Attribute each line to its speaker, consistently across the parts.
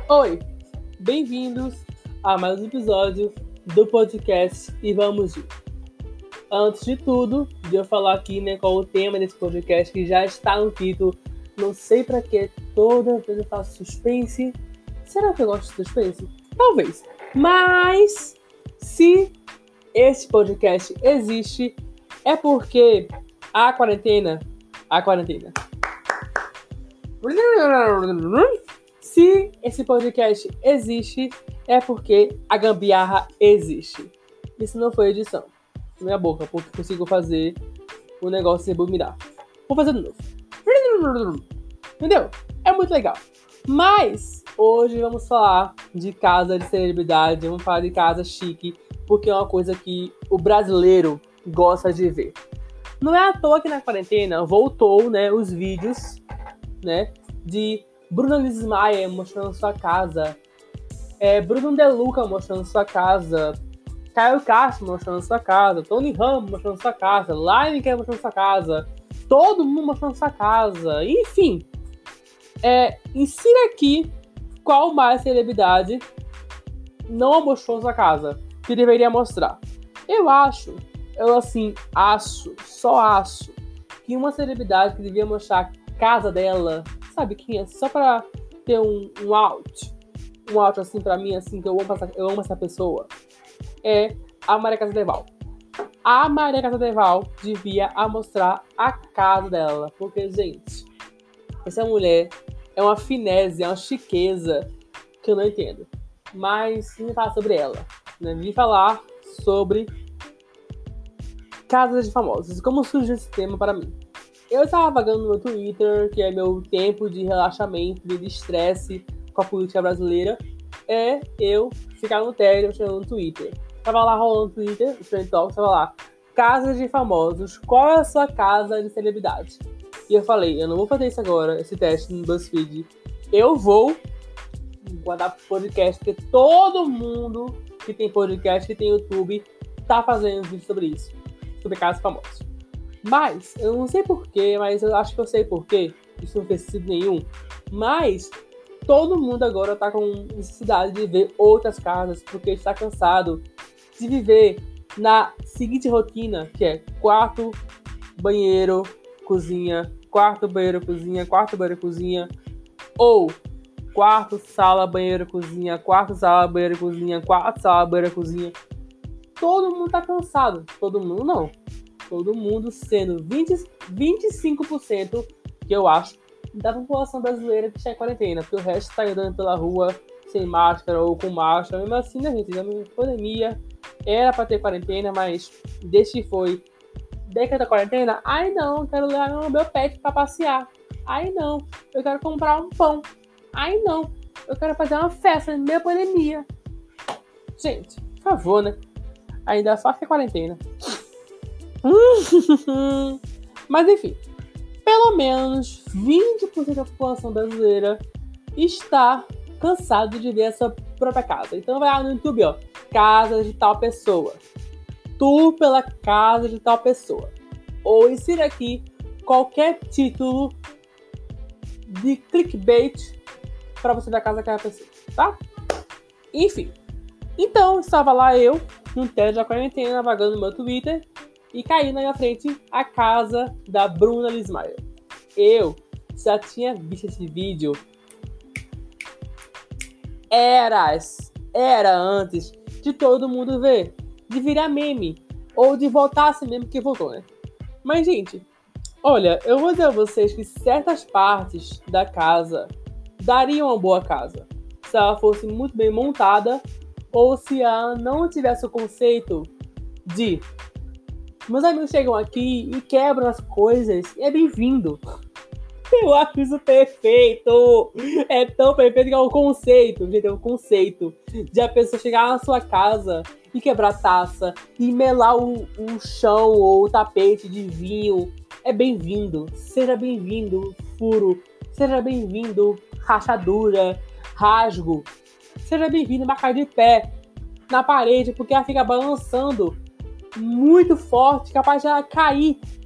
Speaker 1: Oi, bem-vindos a mais um episódio do podcast e vamos ir. Antes de tudo, de eu falar aqui, qual o tema desse podcast que já está no título. Não sei pra que toda vez eu faço suspense. Será que eu gosto de suspense? Talvez. Mas se esse podcast existe, é porque a quarentena. Se esse podcast existe, é porque a gambiarra existe. Isso não foi edição. Minha boca, porque consigo fazer o negócio rebobinar. Vou fazer de novo. Entendeu? É muito legal. Mas hoje vamos falar de casa de celebridade, vamos falar de casa chique, porque é uma coisa que o brasileiro gosta de ver. Não é à toa que na quarentena voltou, os vídeos, de Bruna Lismayer mostrando sua casa, Bruno De Luca mostrando sua casa, Caio Castro mostrando sua casa, Tony Ramos mostrando sua casa, Lineker mostrando sua casa, todo mundo mostrando sua casa, enfim. Insira aqui qual mais celebridade não mostrou sua casa, que deveria mostrar. Eu acho, que uma celebridade que devia mostrar a casa dela, sabe quem é? Só pra ter um out assim pra mim, assim, que eu amo essa pessoa, é a Maria Casa Deval. A Maria Casa Deval devia mostrar a casa dela, porque, gente, essa mulher é uma finesse, é uma chiqueza que eu não entendo. Mas vim falar sobre ela, vim falar sobre casas de famosos. Como surgiu esse tema para mim? Eu estava vagando no meu Twitter, que é meu tempo de relaxamento, de estresse com a política brasileira, é eu ficar no tédio mexendo no Twitter. Tava lá rolando no Twitter, o Trend Talks, tava lá, casas de famosos, qual é a sua casa de celebridade? E eu falei, eu não vou fazer isso agora, esse teste no BuzzFeed. Eu vou guardar pro podcast, porque todo mundo que tem podcast, que tem YouTube, tá fazendo vídeo sobre isso, sobre casas famosas. Mas, eu não sei porquê, mas eu acho que eu sei porquê, isso não fez sentido nenhum, mas todo mundo agora tá com necessidade de ver outras casas, porque está cansado de viver na seguinte rotina, que é quarto, banheiro, cozinha, quarto, banheiro, cozinha, ou quarto, sala, banheiro, cozinha, quarto, sala, banheiro, cozinha, quarto, sala, banheiro, cozinha. Todo mundo tá cansado. Todo mundo não. Todo mundo sendo 25%, que eu acho, da população brasileira que está em quarentena, porque o resto está andando pela rua sem máscara ou com máscara. Mesmo assim, gente, a pandemia era para ter quarentena, mas desde que foi década da quarentena, ai não, quero levar o meu pet para passear. Ai não, eu quero comprar um pão. Ai não, eu quero fazer uma festa na minha pandemia. Gente, por favor, ainda só que é quarentena. Mas enfim, pelo menos 20% da população brasileira está cansado de ver a sua própria casa. Então vai lá no YouTube, casa de tal pessoa. Tour pela casa de tal pessoa. Ou insira aqui qualquer título de clickbait para você ver a casa daquela pessoa, tá? Enfim, então estava lá eu, no tédio da quarentena, vagando no meu Twitter, e caiu na minha frente a casa da Bruna Lismayer. Eu já tinha visto esse vídeo. Era antes de todo mundo ver, de virar meme, ou de voltar a ser meme que voltou, Mas, gente, olha, eu vou dizer a vocês que certas partes da casa dariam uma boa casa, se ela fosse muito bem montada, ou se ela não tivesse o conceito de meus amigos chegam aqui e quebram as coisas e é bem-vindo. Eu acho isso perfeito. É tão perfeito que é o conceito. Gente, é o conceito de a pessoa chegar na sua casa e quebrar taça e melar o chão ou o tapete de vinho. É bem-vindo. Seja bem-vindo, furo. Seja bem-vindo, rachadura, rasgo. Seja bem-vindo, marcar de pé na parede, porque ela fica balançando muito forte, capaz de ela cair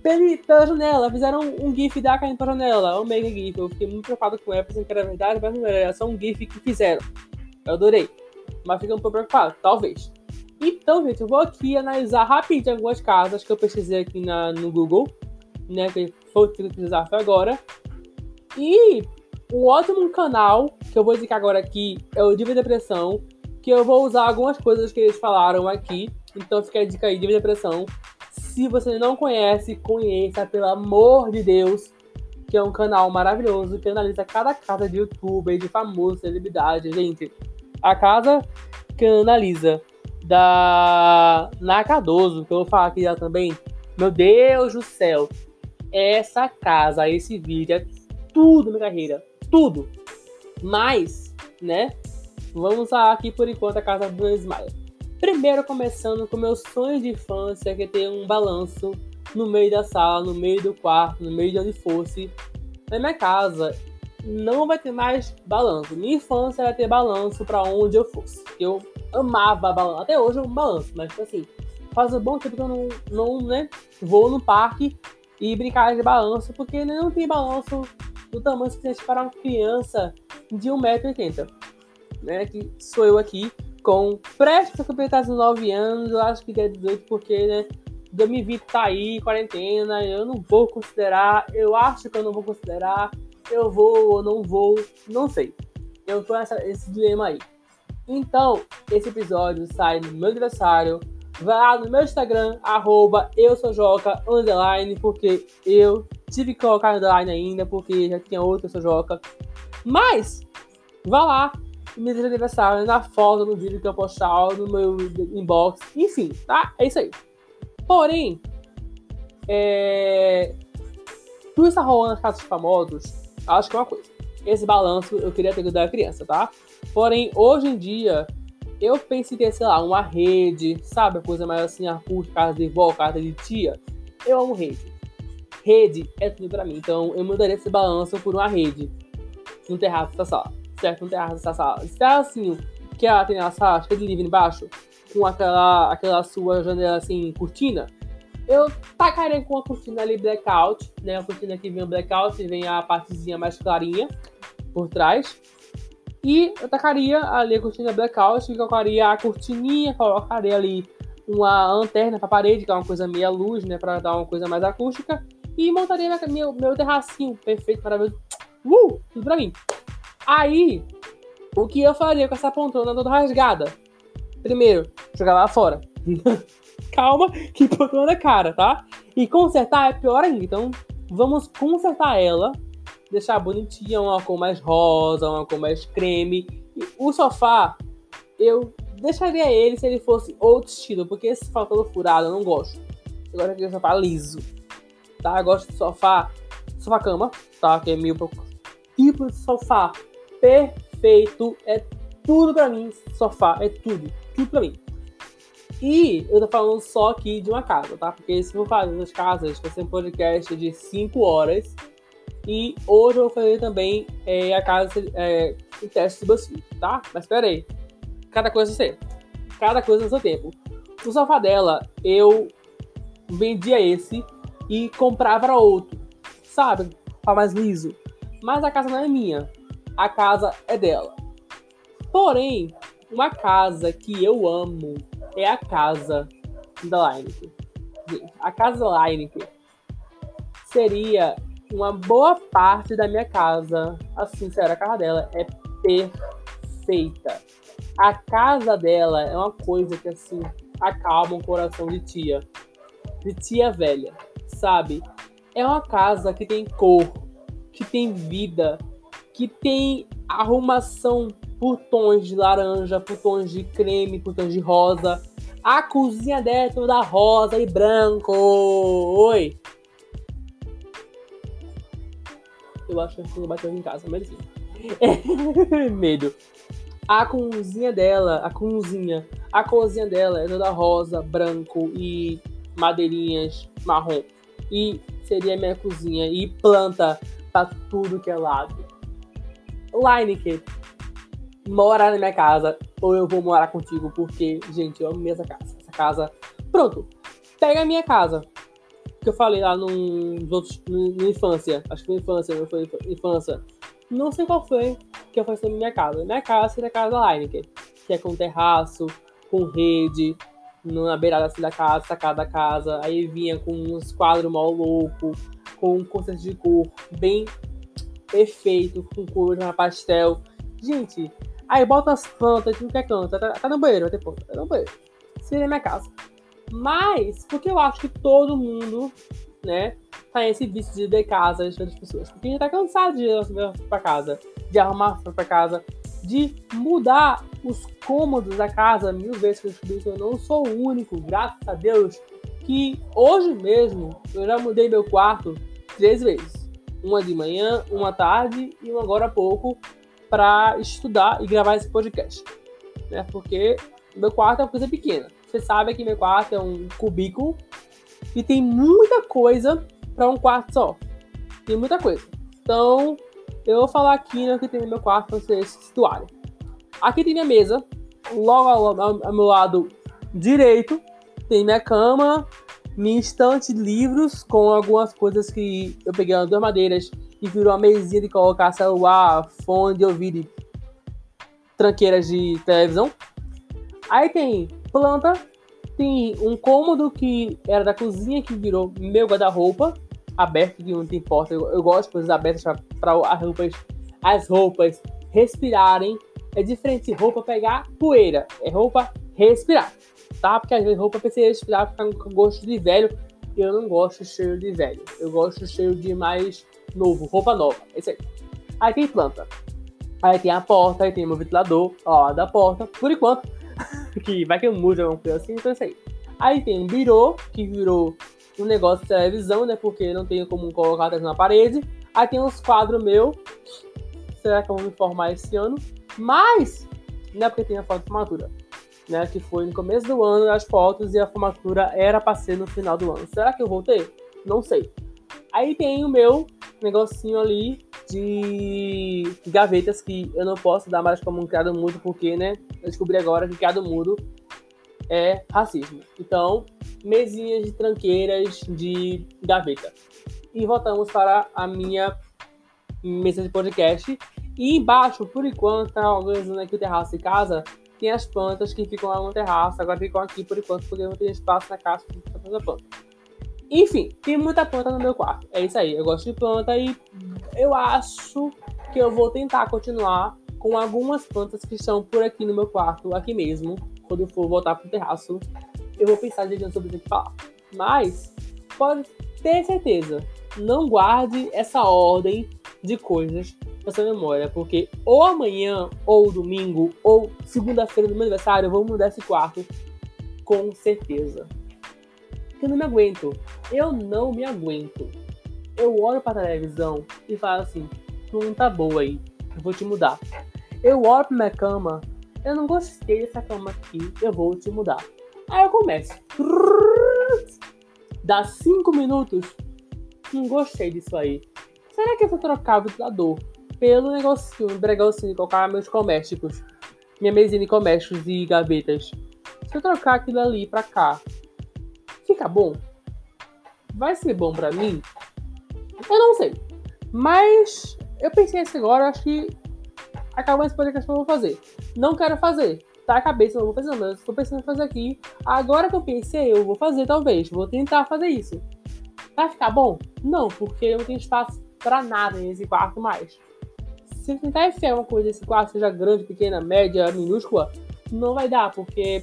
Speaker 1: pela janela. Fizeram um GIF da caindo pela janela. Um mega GIF. Eu fiquei muito preocupado com ela, pensando que era verdade, mas não era só um GIF que fizeram. Eu adorei. Mas fiquei um pouco preocupado, talvez. Então, gente, eu vou aqui analisar rapidinho algumas casas que eu pesquisei aqui no Google, né? Que foi o que eu utilizar agora. E um ótimo canal que eu vou indicar agora aqui é o Diva Depressão, que eu vou usar algumas coisas que eles falaram aqui. Então fica a dica aí, Diva Depressão. Se você não conhece, conheça, pelo amor de Deus, que é um canal maravilhoso que analisa cada casa de youtuber, de famoso, celebridade, gente. A casa que analisa da Na Cardoso, que eu vou falar aqui já também. Meu Deus do céu. Essa casa, esse vídeo é tudo na carreira. Tudo. Mas, né? Vamos falar aqui por enquanto a casa do Ismael. Primeiro começando com meus sonhos de infância, que é ter um balanço no meio da sala, no meio do quarto, no meio de onde fosse. Na minha casa não vai ter mais balanço. Minha infância vai ter balanço pra onde eu fosse. Eu amava balanço. Até hoje eu amo balanço, mas assim, faz um bom tempo que eu não né, vou no parque e brincar de balanço, porque não tem balanço do tamanho suficiente para uma criança de 1,80 m, né? Que sou eu aqui, com prestes a completar 19 anos, eu acho que é 18, porque, né, 2020 tá aí, quarentena, eu não vou considerar, eu acho que eu não vou considerar, eu vou ou não vou, não sei. Eu tô nesse dilema aí. Então, esse episódio sai no meu aniversário. Vai lá no meu Instagram, @eusoujoca_, porque eu tive que colocar underline ainda, porque já tinha outro Sojoca. Mas, vá lá, me deseja aniversário, na foto, no vídeo que eu postar, no meu inbox, enfim, tá? É isso aí. Porém, tudo está rolando nas casas de famosos, acho que é uma coisa. Esse balanço eu queria ter da criança, tá? Porém, hoje em dia, eu penso em ter, sei lá, uma rede, sabe? A coisa mais assim, acústica, casa de vó, casa de tia. Eu amo rede. Rede é tudo pra mim. Então, eu mudaria esse balanço por uma rede no terraço dessa sala. Certo? No terraço dessa sala. Se é assim, que ela tem a sala, acho que é de livre embaixo, com aquela sua janela assim, cortina, eu tacaria com a cortina ali blackout, né? A cortina que vem o blackout, vem a partezinha mais clarinha por trás. E eu tacaria ali a cortina blackout, colocaria a cortininha, colocaria ali uma lanterna pra parede, que é uma coisa meia luz, né? Pra dar uma coisa mais acústica. E montaria meu terracinho perfeito, maravilhoso. Tudo pra mim. Aí, o que eu faria com essa poltrona toda rasgada? Primeiro, jogar lá fora. Calma, que poltrona é cara, tá? E consertar é pior ainda. Então, vamos consertar ela. Deixar bonitinha, uma cor mais rosa, uma cor mais creme. E o sofá, eu deixaria ele se ele fosse outro estilo, porque esse sofá todo furado eu não gosto. Eu gosto daquele sofá liso, tá? Eu gosto de sofá-cama, tá? Que é meio tipo de sofá perfeito. É tudo pra mim, sofá, é tudo pra mim. E eu tô falando só aqui de uma casa, tá? Porque se eu for fazer as casas, vai ser um podcast de 5 horas. E hoje eu vou fazer também a casa, o teste de BuzzFeed, tá? Mas espera aí. Cada coisa no seu tempo. O sofá dela, eu vendia esse e comprava outro, sabe? Para mais liso. Mas a casa não é minha. A casa é dela. Porém, uma casa que eu amo é a casa da Lineker. A casa da Lineker seria uma boa parte da minha casa. Assim, sério, a casa dela é perfeita. A casa dela é uma coisa que, assim, acalma o coração de tia velha, sabe? É uma casa que tem cor, que tem vida, que tem arrumação por tons de laranja, por tons de creme, por tons de rosa. A cozinha dela é toda rosa e branco. Oi! Eu acho que a gente bateu em casa, mas sim. Medo. A cozinha dela é toda rosa, branco e madeirinhas marrom. E seria minha cozinha. E planta pra tudo que é lado. Lineker, mora na minha casa ou eu vou morar contigo, porque, gente, eu amo essa casa. Pronto. Pega a minha casa, que que eu falei lá nos outros, na infância. Acho que foi infância, não foi infância. Não sei qual foi que eu fiz na minha casa. Minha casa seria a casa da Lineker, que é com terraço, com rede, na beirada assim da casa, sacada da casa. Aí vinha com uns quadros mal louco, com conceito de cor bem perfeito, com cor de pastel. Gente, aí bota as plantas que não quer canto. Tá no banheiro, vai ter planta. Tá no banheiro. Seria minha casa. Mas, porque eu acho que todo mundo, né, tá nesse vício de ter casas das pessoas. Porque a gente tá cansado de ir pra casa, de arrumar pra casa, de mudar os cômodos da casa 1000 vezes, que eu descobri que eu não sou o único, graças a Deus, que hoje mesmo eu já mudei meu quarto 3 vezes. Uma de manhã, uma à tarde e uma agora há pouco pra estudar e gravar esse podcast. Né? Porque meu quarto é uma coisa pequena. Você sabe que meu quarto é um cubículo e tem muita coisa para um quarto só. Tem muita coisa. Então, eu vou falar aqui no que tem no meu quarto para vocês se situarem. Aqui tem minha mesa. Logo ao meu lado direito tem minha cama, minha estante de livros com algumas coisas que eu peguei nas 2 madeiras e virou uma mesinha de colocar celular, fone de ouvido e tranqueiras de televisão. Aí tem planta, tem um cômodo que era da cozinha que virou meu guarda-roupa, aberto, que não tem porta. Eu gosto de coisas abertas para as roupas respirarem. É diferente de roupa pegar poeira, é roupa respirar, tá? Porque às vezes roupa precisa respirar, ficar com gosto de velho. Eu não gosto de cheiro de velho, eu gosto de cheiro de mais novo, roupa nova, esse aí. Aí tem planta, aí tem a porta, aí tem o meu ventilador, ó, da porta, por enquanto. Que vai que eu mudo alguma coisa assim, então é isso aí. Aí tem um birô, que virou um negócio de televisão, né? Porque não tenho como colocar atrás na parede. Aí tem uns quadros meus. Será que eu vou me formar esse ano? Mas, não é porque tem a foto de formatura, né? Que foi no começo do ano as fotos e a formatura era pra ser no final do ano. Será que eu vou ter? Não sei. Aí tem o meu negocinho ali de gavetas que eu não posso dar mais como um criado mudo, porque, né, eu descobri agora que criado mudo é racismo. Então, mesinhas de tranqueiras de gaveta. E voltamos para a minha mesa de podcast. E embaixo, por enquanto, tá organizando aqui o terraço de casa, tem as plantas que ficam lá no terraço. Agora ficam aqui por enquanto, porque não tem espaço na casa para fazer a planta. Enfim, tem muita planta no meu quarto. É isso aí, eu gosto de planta e eu acho que eu vou tentar continuar com algumas plantas que estão por aqui no meu quarto, aqui mesmo. Quando eu for voltar pro terraço, eu vou pensar direitinho sobre o que falar. Mas, pode ter certeza, não guarde essa ordem de coisas na sua memória, porque ou amanhã, ou domingo, ou segunda-feira do meu aniversário, eu vou mudar esse quarto com certeza. Eu não me aguento. Eu não me aguento. Eu olho pra televisão e falo assim, tu não tá boa aí, eu vou te mudar. Eu olho pra minha cama, eu não gostei dessa cama aqui, eu vou te mudar. Aí eu começo. Dá 5 minutos, não gostei disso aí. Será que eu vou trocar o ventilador pelo negocinho de colocar meus domésticos, minha mesinha de domésticos e gavetas? Se eu trocar aquilo ali pra cá, fica bom? Vai ser bom pra mim? Eu não sei. Mas eu pensei assim agora, acho que acabou esse podcast que eu vou fazer. Não quero fazer. Tá a cabeça, não vou fazer, mas estou pensando em fazer aqui. Agora que eu pensei, eu vou fazer talvez. Vou tentar fazer isso. Vai ficar bom? Não, porque eu não tenho espaço pra nada nesse quarto mais. Se eu tentar enfiar uma coisa nesse quarto, seja grande, pequena, média, minúscula, não vai dar, porque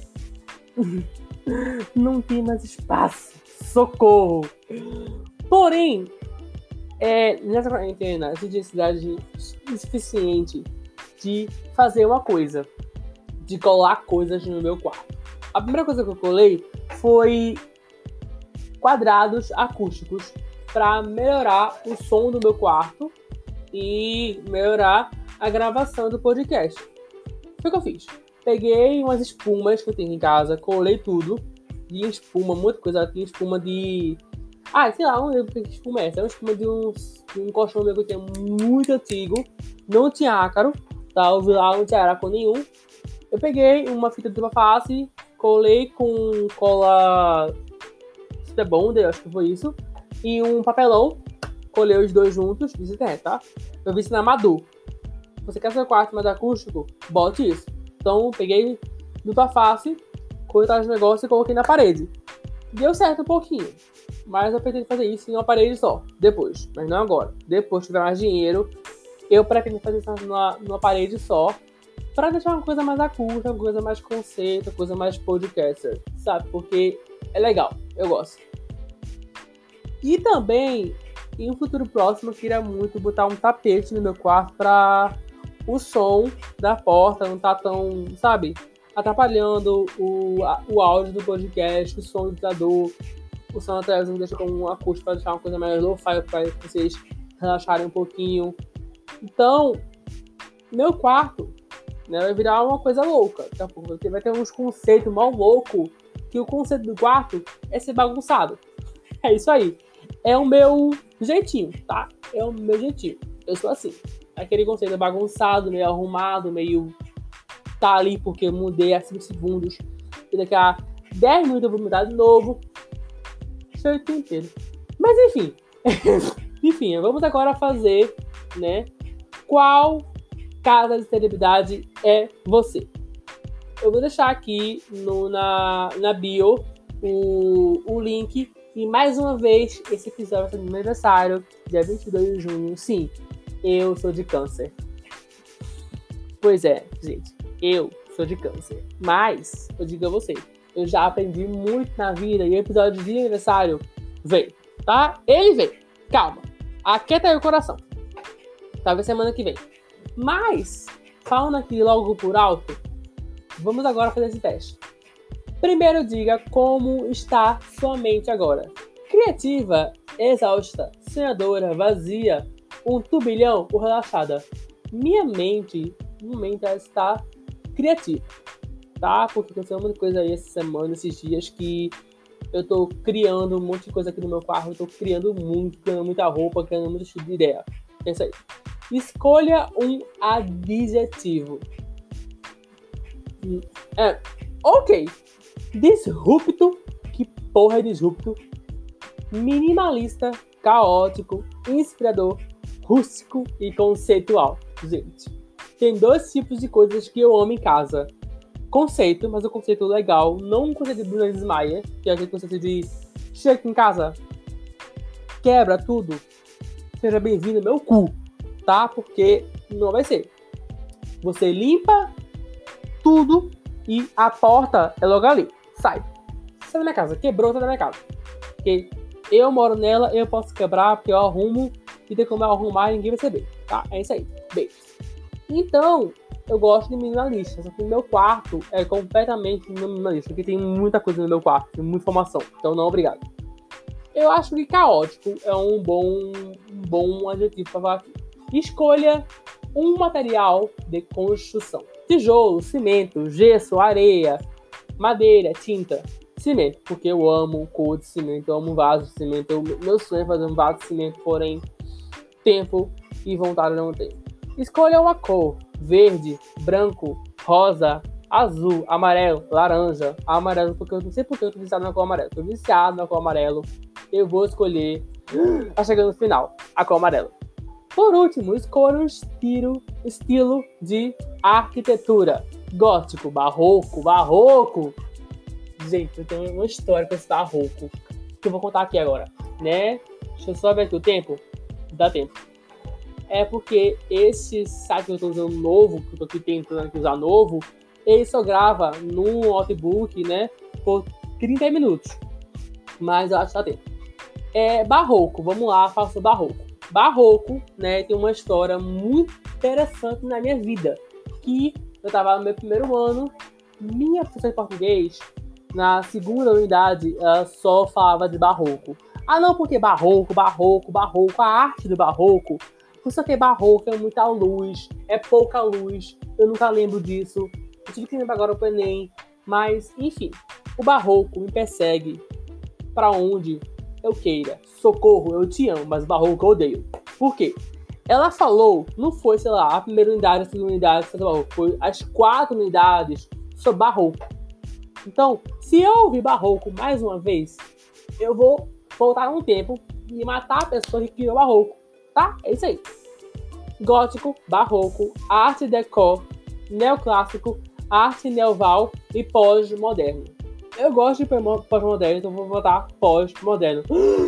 Speaker 1: não tem mais espaço. Socorro! Porém, nessa quarentena, eu tive necessidade insuficiente de fazer uma coisa. De colar coisas no meu quarto. A primeira coisa que eu colei foi quadrados acústicos para melhorar o som do meu quarto e melhorar a gravação do podcast. Foi o que eu fiz. Peguei umas espumas que eu tenho em casa, colei tudo. E espuma, muita coisa. Tinha espuma de... sei lá, não lembro que espuma é essa. É uma espuma de um colchão meu que eu tinha muito antigo. Não tinha ácaro, tá? Eu vi lá, não tinha ácaro nenhum. Eu peguei uma fita de dupla face, colei com cola Super Bonder, acho que foi isso. em um papelão, colei os dois juntos, disse internet, tá? Eu vi isso na Madu. Você quer seu quarto mais acústico? Bote isso. Então, peguei do tua face, cortei os negócios e coloquei na parede. Deu certo um pouquinho. Mas eu pretendo fazer isso em uma parede só. Depois. Mas não agora. Depois que tiver mais dinheiro, eu pretendo fazer isso numa parede só. Pra deixar uma coisa mais acústica, uma coisa mais conceito, uma coisa mais podcaster. Sabe? Porque é legal. Eu gosto. E também, em um futuro próximo, eu queria muito botar um tapete no meu quarto pra o som da porta não tá tão, sabe? Atrapalhando o áudio do podcast, o som do computador. O som da televisão deixa como um acústico para deixar uma coisa mais lo-fi para vocês relaxarem um pouquinho. Então, meu quarto, né, vai virar uma coisa louca. Daqui a pouco vai ter uns conceitos mal loucos, que o conceito do quarto é ser bagunçado. É isso aí. É o meu jeitinho, tá? É o meu jeitinho. Eu sou assim. Aquele conceito bagunçado, meio arrumado, meio tá ali porque eu mudei há 5 segundos. E daqui a 10 minutos eu vou mudar de novo. Inteiro. Mas enfim. Enfim, vamos agora fazer, né? Qual casa de celebridade é você? Eu vou deixar aqui na bio o link. E mais uma vez, esse episódio é do meu aniversário, dia 22 de junho. Sim, eu sou de câncer. Pois é, gente. Eu sou de câncer. Mas, eu digo a vocês, eu já aprendi muito na vida e o episódio de aniversário veio, tá? Ele veio. Calma. Aquieta aí o coração. Talvez semana que vem. Mas, falando aqui logo por alto, vamos agora fazer esse teste. Primeiro, diga como está sua mente agora. Criativa, exausta, sonhadora, vazia, um turbilhão ou relaxada? Minha mente, no momento, ela está criativa. Tá? Porque aconteceu muita coisa aí essa semana, esses dias, que eu tô criando um monte de coisa aqui no meu quarto, eu tô criando muita roupa, criando muito tipo de ideia. É isso aí. Escolha um adjetivo. Ok. Disrupto. Que porra é disrupto? Minimalista, caótico, inspirador, rústico e conceitual. Gente, tem 2 tipos de coisas que eu amo em casa. Conceito, mas o conceito legal, não um conceito de Bruna Desmaia, que é aquele conceito de chega aqui em casa, quebra tudo, seja bem-vindo ao meu cu, tá? Porque não vai ser. Você limpa tudo e a porta é logo ali. Sai. Sai da minha casa. Quebrou, sai da minha casa. Porque eu moro nela, eu posso quebrar, porque eu arrumo e tem como eu arrumar e ninguém vai saber, tá? É isso aí. Beijo. Então, eu gosto de minimalista, só que o meu quarto é completamente minimalista, porque tem muita coisa no meu quarto, tem muita informação, então não, obrigado. Eu acho que caótico é um bom adjetivo para falar aqui. Escolha um material de construção. Tijolo, cimento, gesso, areia, madeira, tinta. Cimento, porque eu amo cor de cimento, eu amo vaso de cimento. Meu sonho é fazer um vaso de cimento, porém, tempo e vontade eu não tenho. Escolha uma cor. Verde, branco, rosa, azul, amarelo, laranja, amarelo, porque eu não sei porque eu tô viciado na cor amarela. Tô viciado na cor amarelo. Eu vou escolher, tá chegando no final, a cor amarela. Por último, escolha um estilo de arquitetura. Gótico, barroco. Gente, eu tenho uma história com esse barroco que eu vou contar aqui agora, né? Deixa eu só ver aqui o tempo. Dá tempo. É porque esse site que eu tô usando novo, que eu tô aqui tentando usar novo, ele só grava num notebook, né, por 30 minutos. Mas eu acho que dá tempo. É barroco, vamos lá, faço barroco. Barroco, né, tem uma história muito interessante na minha vida. Que eu tava no meu primeiro ano, minha professora de português, na segunda unidade, ela só falava de barroco. Ah não, porque barroco, a arte do barroco. Só que barroco é muita luz, é pouca luz, eu nunca lembro disso. Eu tive que lembrar agora pro Enem, mas enfim, o barroco me persegue pra onde eu queira. Socorro, eu te amo, mas barroco eu odeio. Por quê? Ela falou, não foi, sei lá, a primeira unidade, a segunda unidade, a terceira barroco, foi as 4 unidades sobre barroco. Então, se eu ouvir barroco mais uma vez, eu vou voltar um tempo e matar a pessoa que criou o barroco, tá? É isso aí. Gótico, barroco, arte deco, neoclássico, arte neoval e pós-moderno. Eu gosto de pós-moderno, então vou botar pós-moderno.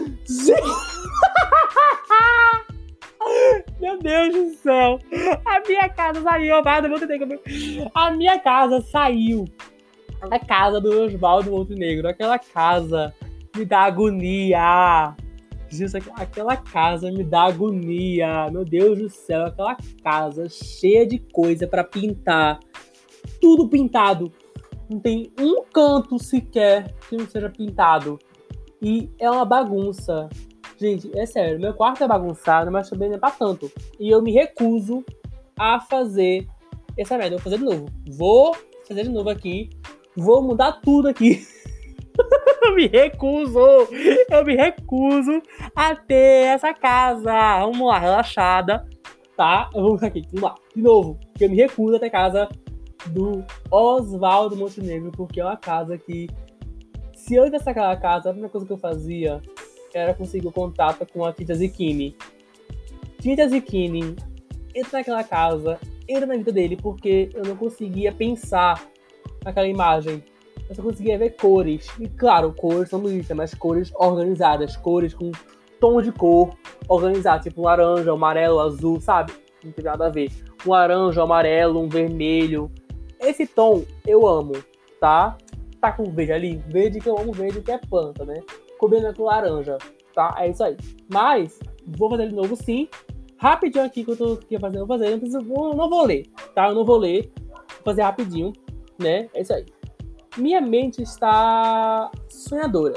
Speaker 1: Meu Deus do céu! A minha casa saiu, a minha casa saiu. A casa do Oswaldo Montenegro. Aquela casa me dá agonia. Aquela casa me dá agonia. Meu Deus do céu, aquela casa cheia de coisa pra pintar. Tudo pintado. Não tem um canto sequer que não seja pintado. E é uma bagunça. Gente, é sério, meu quarto é bagunçado, mas também não é pra tanto. E eu me recuso a fazer essa merda. Eu vou fazer de novo. Vou fazer de novo aqui. Vou mudar tudo aqui. Eu me recuso a ter essa casa. Vamos lá, relaxada, tá? Eu vou aqui, vamos lá, de novo. Porque eu me recuso a ter casa do Oswaldo Montenegro, porque é uma casa que, se eu tivesse aquela casa, a primeira coisa que eu fazia era conseguir o contato com a Tita Zicchini. Tita Zicchini entra naquela casa, entra na vida dele, porque eu não conseguia pensar naquela imagem. Eu só conseguia ver cores. E claro, cores são bonitas, mas cores organizadas. Cores com tom de cor organizado. Tipo um laranja, um amarelo, azul, sabe? Não tem nada a ver. Um laranja, um amarelo, um vermelho. Esse tom eu amo, tá? Tá com verde ali? Verde que eu amo verde, que é planta, né? Combina com laranja, tá? É isso aí. Mas, vou fazer de novo sim. Rapidinho aqui que eu tô aqui fazendo, eu não vou ler, tá? Eu não vou ler. Vou fazer rapidinho, né? É isso aí. Minha mente está sonhadora.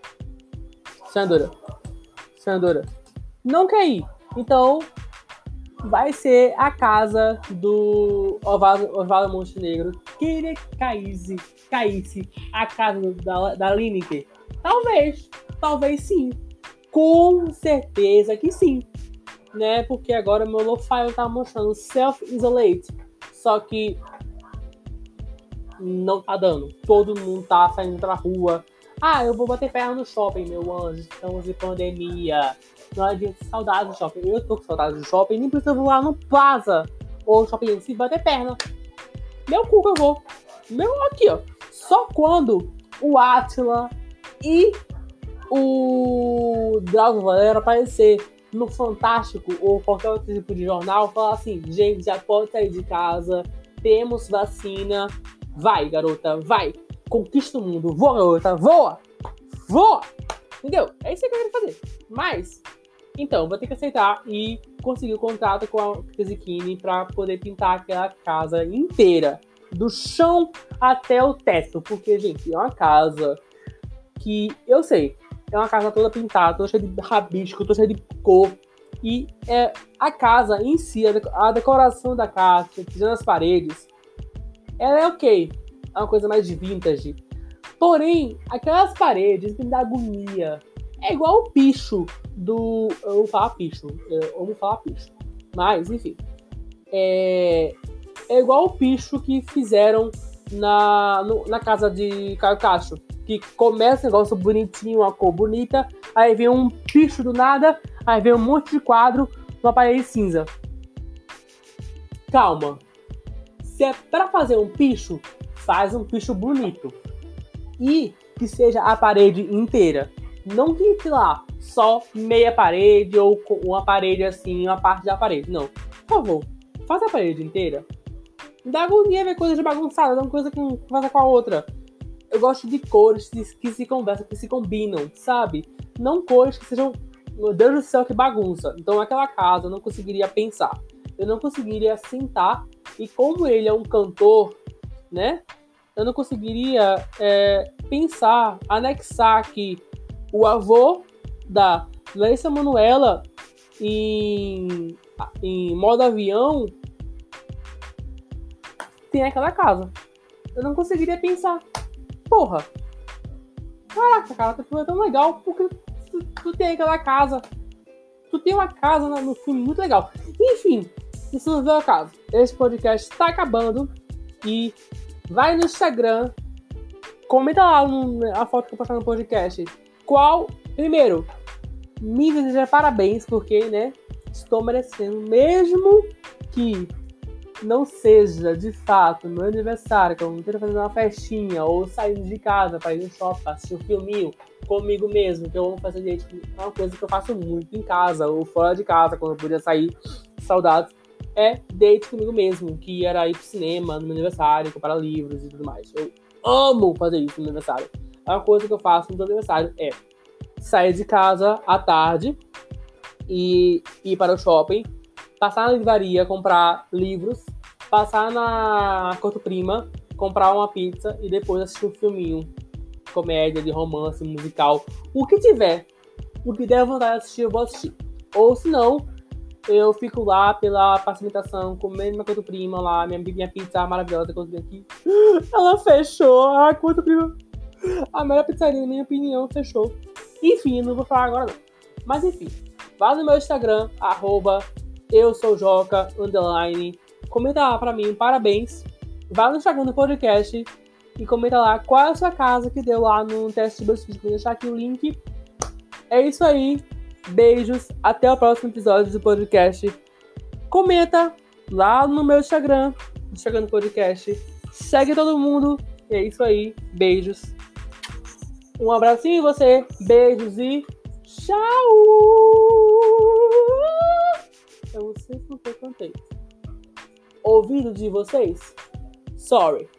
Speaker 1: Não quer ir. Então, vai ser a casa do Oswaldo Montenegro. Queria que caísse a casa da Lineker. Talvez sim. Com certeza que sim. Né? Porque agora meu lo-fi tá mostrando self-isolate. Só que não tá dando. Todo mundo tá saindo pra rua. Eu vou bater perna no shopping, meu anjo. Estamos em pandemia. Não adianta, saudade do shopping. Eu tô com saudade do shopping. Nem precisa voar no Plaza ou shopping em si, bater perna. Meu cu que eu vou. Meu aqui, ó. Só quando o Átila e o Drauzio Varela aparecer no Fantástico ou qualquer outro tipo de jornal, falar assim: gente, já pode sair de casa. Temos vacina. Vai, garota, vai. Conquista o mundo. Voa, garota, voa. Voa. Entendeu? É isso que eu quero fazer. Mas, então, vou ter que aceitar e conseguir o contrato com a Zicchini pra poder pintar aquela casa inteira. Do chão até o teto. Porque, gente, é uma casa que, eu sei, é uma casa toda pintada, toda cheia de rabisco, toda cheia de cor. E a casa em si, a decoração da casa, fazendo as paredes, ela é ok. É uma coisa mais vintage. Porém, aquelas paredes me dão agonia. É igual o picho do... Eu vou falar picho. Mas, enfim. É igual o picho que fizeram na casa de Caio Castro. Que começa um negócio bonitinho, uma cor bonita. Aí vem um picho do nada. Aí vem um monte de quadro numa parede cinza. Calma. Se é pra fazer um picho, faz um picho bonito. E que seja a parede inteira. Não que, sei lá, só meia parede ou uma parede assim, uma parte da parede. Não. Por favor, faz a parede inteira. Me dá agonia ver coisa de bagunçada, não coisa que conversa com a outra. Eu gosto de cores que se conversam, que se combinam, sabe? Não cores que sejam, meu Deus do céu, que bagunça. Então aquela casa eu não conseguiria pensar. Eu não conseguiria sentar. E como ele é um cantor, né? Eu não conseguiria pensar, anexar que o avô da Larissa Manoela em modo avião tem aquela casa. Eu não conseguiria pensar. Porra! Caraca, cara, tu é tão legal porque tu tem aquela casa. Tu tem uma casa no filme muito legal. Enfim, isso não veio ao caso. Esse podcast tá acabando. E vai no Instagram. Comenta lá a foto que eu postar no podcast. Primeiro, me desejar parabéns, porque, né, estou merecendo, mesmo que não seja, de fato, meu aniversário, que eu não esteja fazendo uma festinha, ou saindo de casa para ir no shopping, assistir um filminho comigo mesmo, que eu amo fazer date, é uma coisa que eu faço muito em casa, ou fora de casa, quando eu podia sair, saudades, é date comigo mesmo, que era ir pro cinema no meu aniversário, comprar livros e tudo mais. Eu amo fazer isso no meu aniversário. É uma coisa que eu faço no meu aniversário, é sair de casa à tarde e ir para o shopping, passar na livraria, comprar livros, passar na Corto Prima, comprar uma pizza e depois assistir um filminho, comédia, de romance, musical, o que tiver, o que der vontade de assistir, eu vou assistir. Ou se não, eu fico lá pela pacimentação, comendo minha Corto Prima lá, minha pizza maravilhosa que eu tenho aqui. Ela fechou, a Corto Prima, a melhor pizzaria, na minha opinião, fechou. Enfim, não vou falar agora não. Mas enfim, vá no meu Instagram, @eusoujoca_, comenta lá pra mim, parabéns. Vá no Instagram do podcast e comenta lá qual é a sua casa que deu lá no teste de BuzzFeed. Vou deixar aqui o link. É isso aí. Beijos. Até o próximo episódio do podcast. Comenta lá no meu Instagram, no Instagram do podcast. Segue todo mundo. E é isso aí. Beijos. Um abracinho em você. Beijos e tchau! Eu não sei se não foi contente. Ouvido de vocês? Sorry.